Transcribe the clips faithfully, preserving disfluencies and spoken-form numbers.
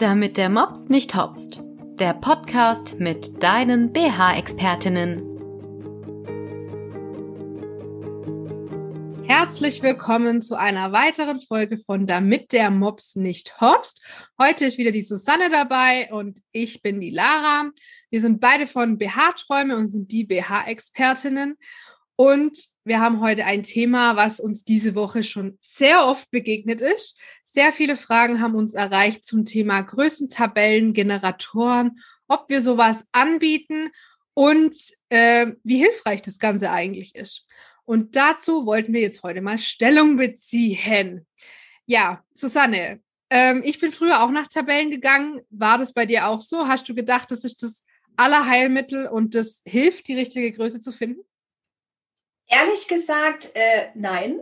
Damit der Mops nicht hopst. Der Podcast mit deinen B H-Expertinnen. Herzlich willkommen zu einer weiteren Folge von Damit der Mops nicht hopst. Heute ist wieder die Susanne dabei und ich bin die Lara. Wir sind beide von B H-Träume und sind die B H-Expertinnen. Und wir haben heute ein Thema, was uns diese Woche schon sehr oft begegnet ist. Sehr viele Fragen haben uns erreicht zum Thema Größentabellen, Generatoren, ob wir sowas anbieten und äh, wie hilfreich das Ganze eigentlich ist. Und dazu wollten wir jetzt heute mal Stellung beziehen. Ja, Susanne, ähm, ich bin früher auch nach Tabellen gegangen. War das bei dir auch so? Hast du gedacht, das ist das Allerheilmittel und das hilft, die richtige Größe zu finden? Ehrlich gesagt, äh, nein.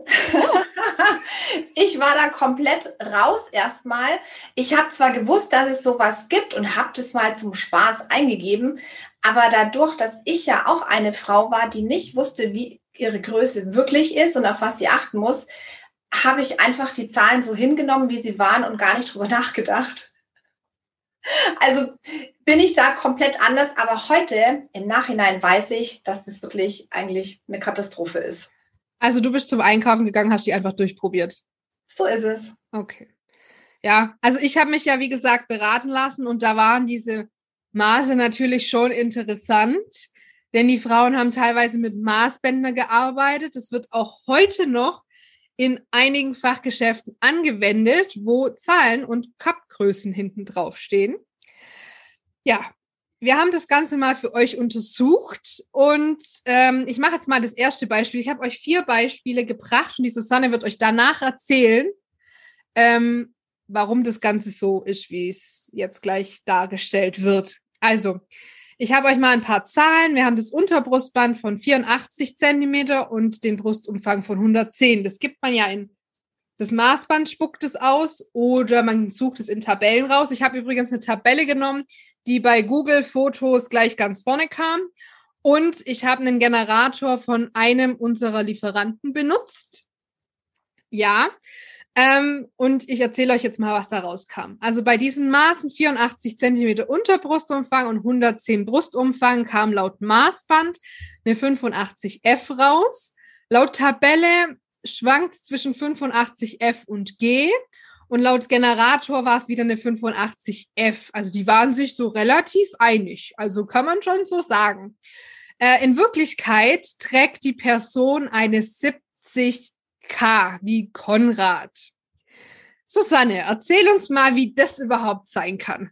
Ich war da komplett raus erstmal. Ich habe zwar gewusst, dass es sowas gibt und habe das mal zum Spaß eingegeben, aber dadurch, dass ich ja auch eine Frau war, die nicht wusste, wie ihre Größe wirklich ist und auf was sie achten muss, habe ich einfach die Zahlen so hingenommen, wie sie waren und gar nicht drüber nachgedacht. Also bin ich da komplett anders, aber heute im Nachhinein weiß ich, dass das wirklich eigentlich eine Katastrophe ist. Also du bist zum Einkaufen gegangen, hast die einfach durchprobiert? So ist es. Okay. Ja, also ich habe mich ja, wie gesagt, beraten lassen und da waren diese Maße natürlich schon interessant, denn die Frauen haben teilweise mit Maßbändern gearbeitet. Das wird auch heute noch in einigen Fachgeschäften angewendet, wo Zahlen und Cupgrößen hinten drauf stehen. Ja, wir haben das Ganze mal für euch untersucht und ähm, ich mache jetzt mal das erste Beispiel. Ich habe euch vier Beispiele gebracht und die Susanne wird euch danach erzählen, ähm, warum das Ganze so ist, wie es jetzt gleich dargestellt wird. Also, ich habe euch mal ein paar Zahlen. Wir haben das Unterbrustband von vierundachtzig Zentimeter und den Brustumfang von hundertzehn. Das gibt man ja in das Maßband, spuckt es aus oder man sucht es in Tabellen raus. Ich habe übrigens eine Tabelle genommen, die bei Google Fotos gleich ganz vorne kam. Und ich habe einen Generator von einem unserer Lieferanten benutzt. Ja, Ähm, und ich erzähle euch jetzt mal, was da rauskam. Also bei diesen Maßen vierundachtzig Zentimeter Unterbrustumfang und hundertzehn Brustumfang kam laut Maßband eine fünfundachtzig F raus. Laut Tabelle schwankt es zwischen fünfundachtzig F und G. Und laut Generator war es wieder eine fünfundachtzig F. Also die waren sich so relativ einig. Also kann man schon so sagen. Äh, in Wirklichkeit trägt die Person eine siebzig K wie Konrad. Susanne, erzähl uns mal, wie das überhaupt sein kann.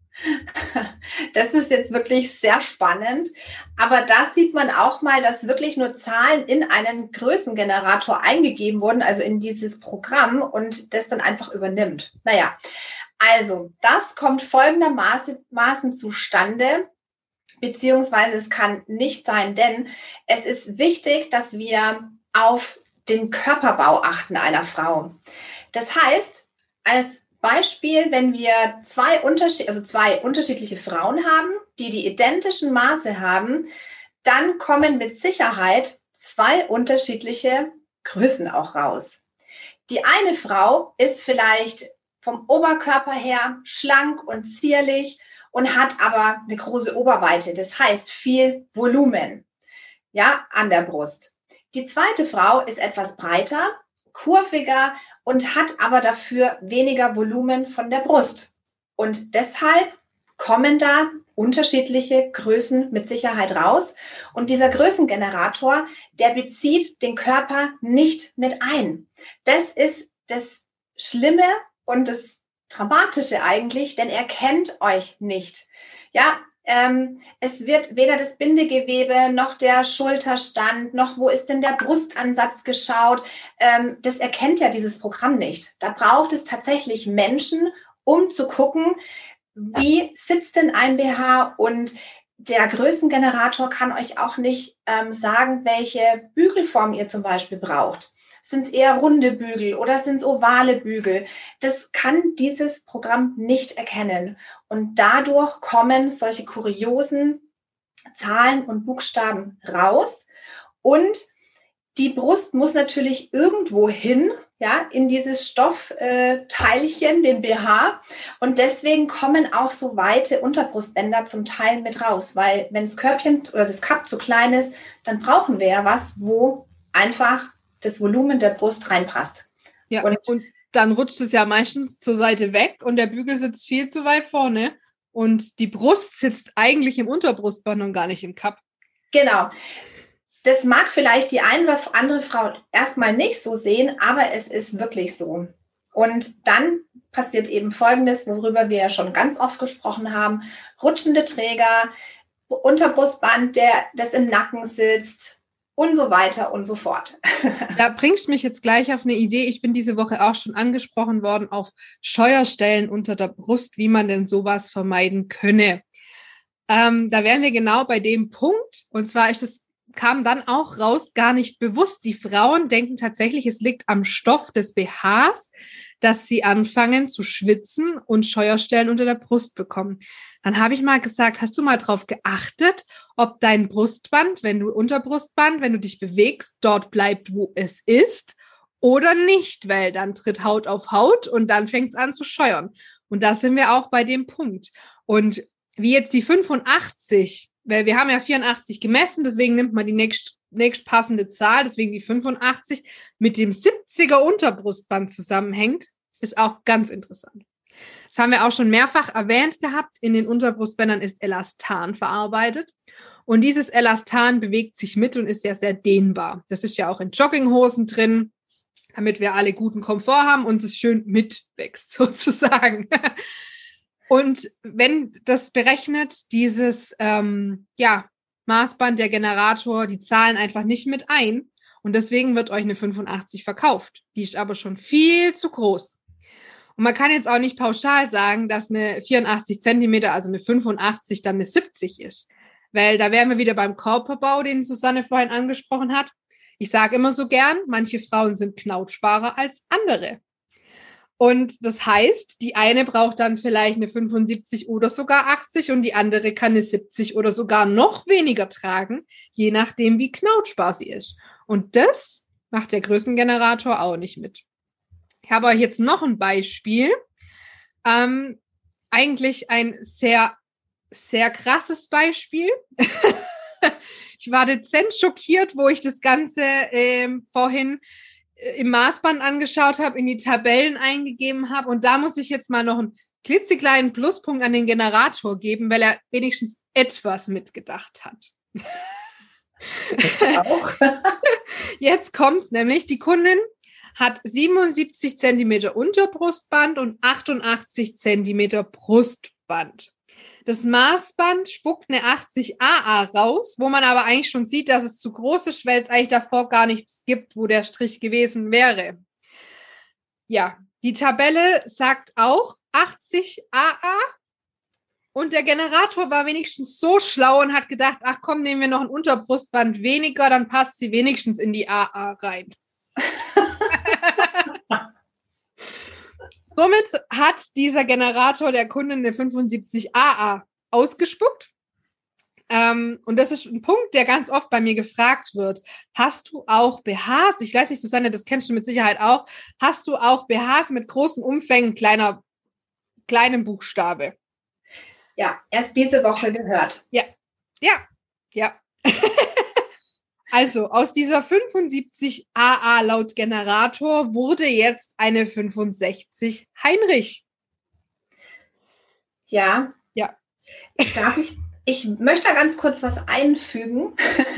Das ist jetzt wirklich sehr spannend, aber da sieht man auch mal, dass wirklich nur Zahlen in einen Größengenerator eingegeben wurden, also in dieses Programm und das dann einfach übernimmt. Naja, also das kommt folgendermaßen zustande, beziehungsweise es kann nicht sein, denn es ist wichtig, dass wir auf den Körperbau achten einer Frau. Das heißt, als Beispiel, wenn wir zwei, Unterschied- also zwei unterschiedliche Frauen haben, die die identischen Maße haben, dann kommen mit Sicherheit zwei unterschiedliche Größen auch raus. Die eine Frau ist vielleicht vom Oberkörper her schlank und zierlich und hat aber eine große Oberweite, das heißt viel Volumen, ja, an der Brust. Die zweite Frau ist etwas breiter, kurviger und hat aber dafür weniger Volumen von der Brust. Und deshalb kommen da unterschiedliche Größen mit Sicherheit raus. Und dieser Größengenerator, der bezieht den Körper nicht mit ein. Das ist das Schlimme und das Dramatische eigentlich, denn er kennt euch nicht. Ja, Ähm, es wird weder das Bindegewebe noch der Schulterstand, noch wo ist denn der Brustansatz geschaut. Ähm, das erkennt ja dieses Programm nicht. Da braucht es tatsächlich Menschen, um zu gucken, wie sitzt denn ein B H, und der Größengenerator kann euch auch nicht ähm, sagen, welche Bügelform ihr zum Beispiel braucht. Sind es eher runde Bügel oder sind es ovale Bügel? Das kann dieses Programm nicht erkennen. Und dadurch kommen solche kuriosen Zahlen und Buchstaben raus. Und die Brust muss natürlich irgendwo hin. ja, in dieses Stoffteilchen, den B H. Und deswegen kommen auch so weite Unterbrustbänder zum Teil mit raus, weil wenn das Körbchen oder das Cup zu klein ist, dann brauchen wir ja was, wo einfach das Volumen der Brust reinpasst. Ja, und, und dann rutscht es ja meistens zur Seite weg und der Bügel sitzt viel zu weit vorne und die Brust sitzt eigentlich im Unterbrustband und gar nicht im Cup. Genau. Das mag vielleicht die eine oder andere Frau erstmal nicht so sehen, aber es ist wirklich so. Und dann passiert eben Folgendes, worüber wir ja schon ganz oft gesprochen haben. Rutschende Träger, Unterbrustband, der das im Nacken sitzt und so weiter und so fort. Da bringst du mich jetzt gleich auf eine Idee. Ich bin diese Woche auch schon angesprochen worden auf Scheuerstellen unter der Brust, wie man denn sowas vermeiden könne. Ähm, da wären wir genau bei dem Punkt. Und zwar ist es kam dann auch raus, gar nicht bewusst. Die Frauen denken tatsächlich, es liegt am Stoff des B Hs, dass sie anfangen zu schwitzen und Scheuerstellen unter der Brust bekommen. Dann habe ich mal gesagt, hast du mal drauf geachtet, ob dein Brustband, wenn du Unterbrustband, wenn du dich bewegst, dort bleibt, wo es ist oder nicht, weil dann tritt Haut auf Haut und dann fängt es an zu scheuern. Und da sind wir auch bei dem Punkt. Und wie jetzt die fünfundachtzig, weil wir haben ja vierundachtzig gemessen, deswegen nimmt man die nächst, nächst passende Zahl, deswegen die fünfundachtzig, mit dem siebziger Unterbrustband zusammenhängt, ist auch ganz interessant. Das haben wir auch schon mehrfach erwähnt gehabt. In den Unterbrustbändern ist Elastan verarbeitet. Und dieses Elastan bewegt sich mit und ist sehr, sehr dehnbar. Das ist ja auch in Jogginghosen drin, damit wir alle guten Komfort haben und es schön mitwächst sozusagen. Und wenn das berechnet, dieses ähm, ja, Maßband, der Generator, die Zahlen einfach nicht mit ein. Und deswegen wird euch eine fünfundachtzig verkauft. Die ist aber schon viel zu groß. Und man kann jetzt auch nicht pauschal sagen, dass eine vierundachtzig Zentimeter, also eine fünfundachtzig, dann eine siebzig ist. Weil da wären wir wieder beim Körperbau, den Susanne vorhin angesprochen hat. Ich sage immer so gern, manche Frauen sind knautschbarer als andere. Und das heißt, die eine braucht dann vielleicht eine fünfundsiebzig oder sogar achtzig und die andere kann eine siebzig oder sogar noch weniger tragen, je nachdem, wie knautschbar sie ist. Und das macht der Größengenerator auch nicht mit. Ich habe euch jetzt noch ein Beispiel. Ähm, eigentlich ein sehr, sehr krasses Beispiel. Ich war dezent schockiert, wo ich das Ganze ähm, vorhin im Maßband angeschaut habe, in die Tabellen eingegeben habe. Und da muss ich jetzt mal noch einen klitzekleinen Pluspunkt an den Generator geben, weil er wenigstens etwas mitgedacht hat. Auch. Jetzt kommt's nämlich, die Kundin hat siebenundsiebzig Zentimeter Unterbrustband und achtundachtzig Zentimeter Brustband. Das Maßband spuckt eine achtzig A A raus, wo man aber eigentlich schon sieht, dass es zu groß ist, weil es eigentlich davor gar nichts gibt, wo der Strich gewesen wäre. Ja, die Tabelle sagt auch achtzig A A und der Generator war wenigstens so schlau und hat gedacht, ach komm, nehmen wir noch ein Unterbrustband weniger, dann passt sie wenigstens in die A A rein. Somit hat dieser Generator der Kundin eine fünfundsiebzig A A ausgespuckt. Ähm, und das ist ein Punkt, der ganz oft bei mir gefragt wird. Hast du auch B Hs? Ich weiß nicht, Susanne, das kennst du mit Sicherheit auch. Hast du auch B Hs mit großen Umfängen, kleiner, kleinem Buchstabe? Ja, erst diese Woche gehört. Ja, ja, ja. Also, aus dieser fünfundsiebzig A A laut Generator wurde jetzt eine fünfundsechzig Heinrich. Ja. Ja. Darf ich, ich möchte da ganz kurz was einfügen.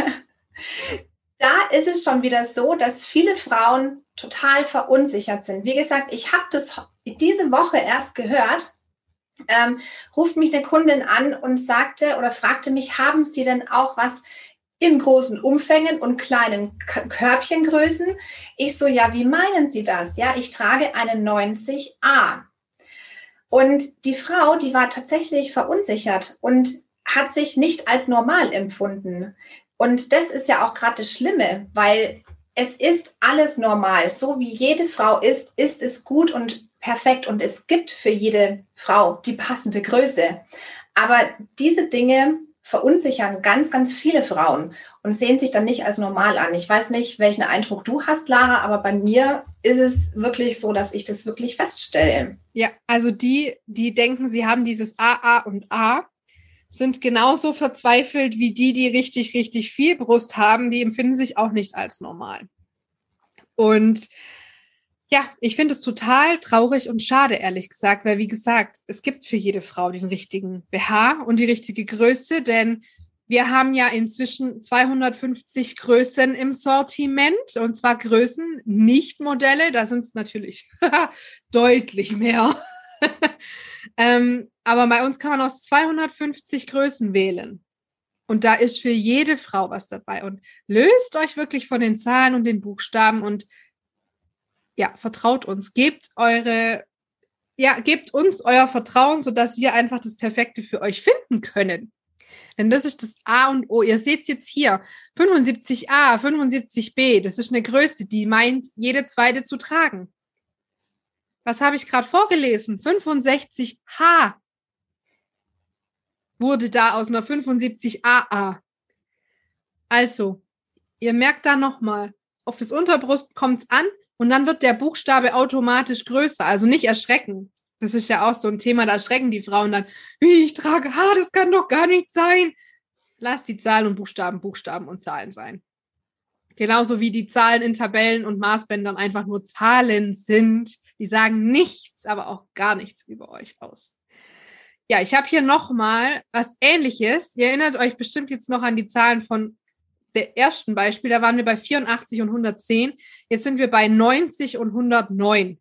Da ist es schon wieder so, dass viele Frauen total verunsichert sind. Wie gesagt, ich habe das diese Woche erst gehört. Ähm, ruft mich eine Kundin an und sagte oder fragte mich, haben Sie denn auch was in großen Umfängen und kleinen Körbchengrößen? Ich so, ja, wie meinen Sie das? Ja, ich trage eine neunzig A. Und die Frau, die war tatsächlich verunsichert und hat sich nicht als normal empfunden. Und das ist ja auch gerade das Schlimme, weil es ist alles normal. So wie jede Frau ist, ist es gut und perfekt. Und es gibt für jede Frau die passende Größe. Aber diese Dinge verunsichern ganz, ganz viele Frauen und sehen sich dann nicht als normal an. Ich weiß nicht, welchen Eindruck du hast, Lara, aber bei mir ist es wirklich so, dass ich das wirklich feststelle. Ja, also die, die denken, sie haben dieses A, A und A, sind genauso verzweifelt wie die, die richtig, richtig viel Brust haben. Die empfinden sich auch nicht als normal. Und ja, ich finde es total traurig und schade, ehrlich gesagt, weil wie gesagt, es gibt für jede Frau den richtigen B H und die richtige Größe, denn wir haben ja inzwischen zweihundertfünfzig Größen im Sortiment und zwar Größen, nicht Modelle, da sind es natürlich deutlich mehr. ähm, aber bei uns kann man aus zweihundertfünfzig Größen wählen. Und da ist für jede Frau was dabei. Und löst euch wirklich von den Zahlen und den Buchstaben und ja, vertraut uns. Gebt eure, ja, gebt uns euer Vertrauen, sodass wir einfach das Perfekte für euch finden können. Denn das ist das A und O. Ihr seht es jetzt hier. fünfundsiebzig A, fünfundsiebzig B. Das ist eine Größe, die meint, jede zweite zu tragen. Was habe ich gerade vorgelesen? fünfundsechzig H wurde da aus einer fünfundsiebzig A A. Also, ihr merkt da nochmal, auf das Unterbrust kommt es an und dann wird der Buchstabe automatisch größer. Also nicht erschrecken. Das ist ja auch so ein Thema, da erschrecken die Frauen dann. Wie, ich trage H, das kann doch gar nicht sein. Lasst die Zahlen und Buchstaben, Buchstaben und Zahlen sein. Genauso wie die Zahlen in Tabellen und Maßbändern einfach nur Zahlen sind. Die sagen nichts, aber auch gar nichts über euch aus. Ja, ich habe hier nochmal was Ähnliches. Ihr erinnert euch bestimmt jetzt noch an die Zahlen von der ersten Beispiel. Da waren wir bei vierundachtzig und hundertzehn. Jetzt sind wir bei neunzig und hundertneun.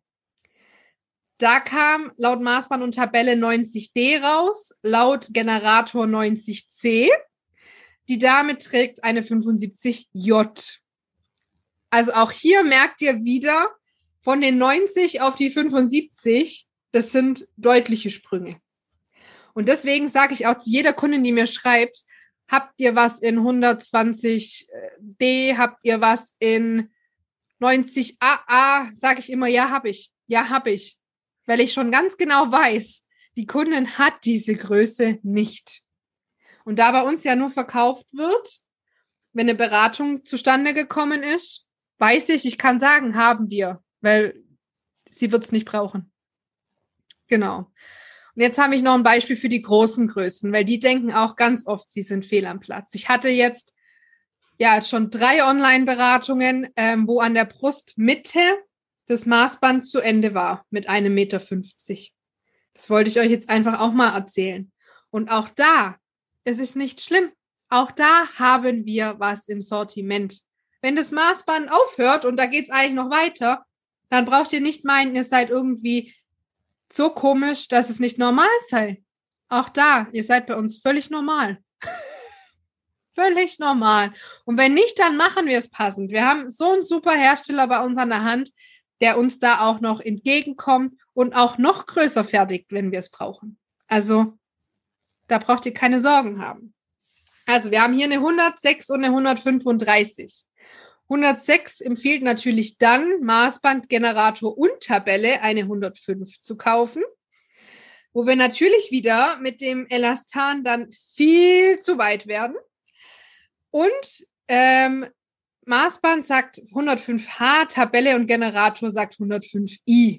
Da kam laut Maßband und Tabelle neunzig D raus, laut Generator neunzig C. Die Dame trägt eine fünfundsiebzig J. Also auch hier merkt ihr wieder, von den neunzig auf die fünfundsiebzig, das sind deutliche Sprünge. Und deswegen sage ich auch zu jeder Kundin, die mir schreibt, habt ihr was in hundertzwanzig D, habt ihr was in neunzig A A, sage ich immer, ja, habe ich, ja, habe ich. Weil ich schon ganz genau weiß, die Kundin hat diese Größe nicht. Und da bei uns ja nur verkauft wird, wenn eine Beratung zustande gekommen ist, weiß ich, ich kann sagen, haben wir, weil sie wird es nicht brauchen. Genau. Und jetzt habe ich noch ein Beispiel für die großen Größen, weil die denken auch ganz oft, sie sind fehl am Platz. Ich hatte jetzt ja schon drei Online-Beratungen, ähm, wo an der Brustmitte das Maßband zu Ende war mit einem Meter fünfzig. Das wollte ich euch jetzt einfach auch mal erzählen. Und auch da, es ist nicht schlimm. Auch da haben wir was im Sortiment. Wenn das Maßband aufhört und da geht es eigentlich noch weiter, dann braucht ihr nicht meinen, ihr seid irgendwie so komisch, dass es nicht normal sei. Auch da, ihr seid bei uns völlig normal. Völlig normal. Und wenn nicht, dann machen wir es passend. Wir haben so einen super Hersteller bei uns an der Hand, der uns da auch noch entgegenkommt und auch noch größer fertigt, wenn wir es brauchen. Also, da braucht ihr keine Sorgen haben. Also, wir haben hier eine hundertsechs und eine hundertfünfunddreißig. hundertsechs empfiehlt natürlich dann, Maßband, Generator und Tabelle eine hundertfünf zu kaufen, wo wir natürlich wieder mit dem Elastan dann viel zu weit werden. Und ähm, Maßband sagt hundertfünf H, Tabelle und Generator sagt hundertfünf I.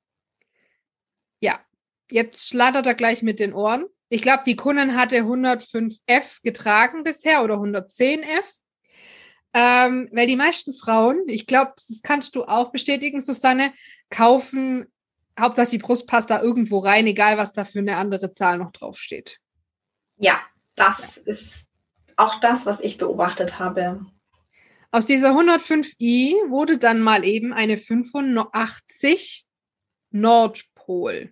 Ja, jetzt schlattert er gleich mit den Ohren. Ich glaube, die Kundin hatte hundertfünf F getragen bisher oder hundertzehn F. Ähm, weil die meisten Frauen, ich glaube, das kannst du auch bestätigen, Susanne, kaufen hauptsächlich die Brustpasta irgendwo rein, egal was da für eine andere Zahl noch draufsteht. Ja, das ja. ist auch das, was ich beobachtet habe. Aus dieser hundertfünf I wurde dann mal eben eine fünfundachtzig Nordpol.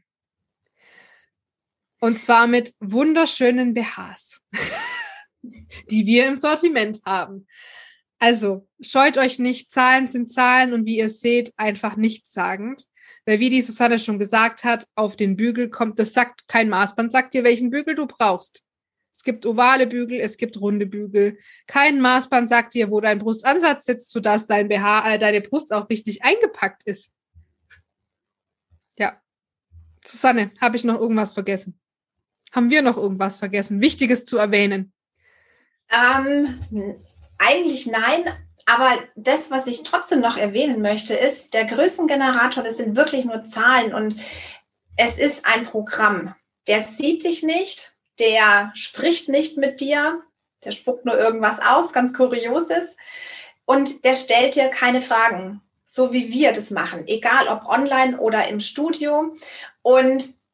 Und zwar mit wunderschönen B Hs, die wir im Sortiment haben. Also, scheut euch nicht, Zahlen sind Zahlen und wie ihr seht, einfach nichtssagend. Weil wie die Susanne schon gesagt hat, auf den Bügel kommt, das sagt kein Maßband, sagt dir, welchen Bügel du brauchst. Es gibt ovale Bügel, es gibt runde Bügel. Kein Maßband sagt dir, wo dein Brustansatz sitzt, sodass dein B H, äh, deine Brust auch richtig eingepackt ist. Ja. Susanne, habe ich noch irgendwas vergessen? Haben wir noch irgendwas vergessen? Wichtiges zu erwähnen? Ähm, eigentlich nein, aber das, was ich trotzdem noch erwähnen möchte, ist, der Größengenerator, das sind wirklich nur Zahlen und es ist ein Programm. Der sieht dich nicht, der spricht nicht mit dir, der spuckt nur irgendwas aus, ganz Kurioses, und der stellt dir keine Fragen, so wie wir das machen, egal ob online oder im Studio. Und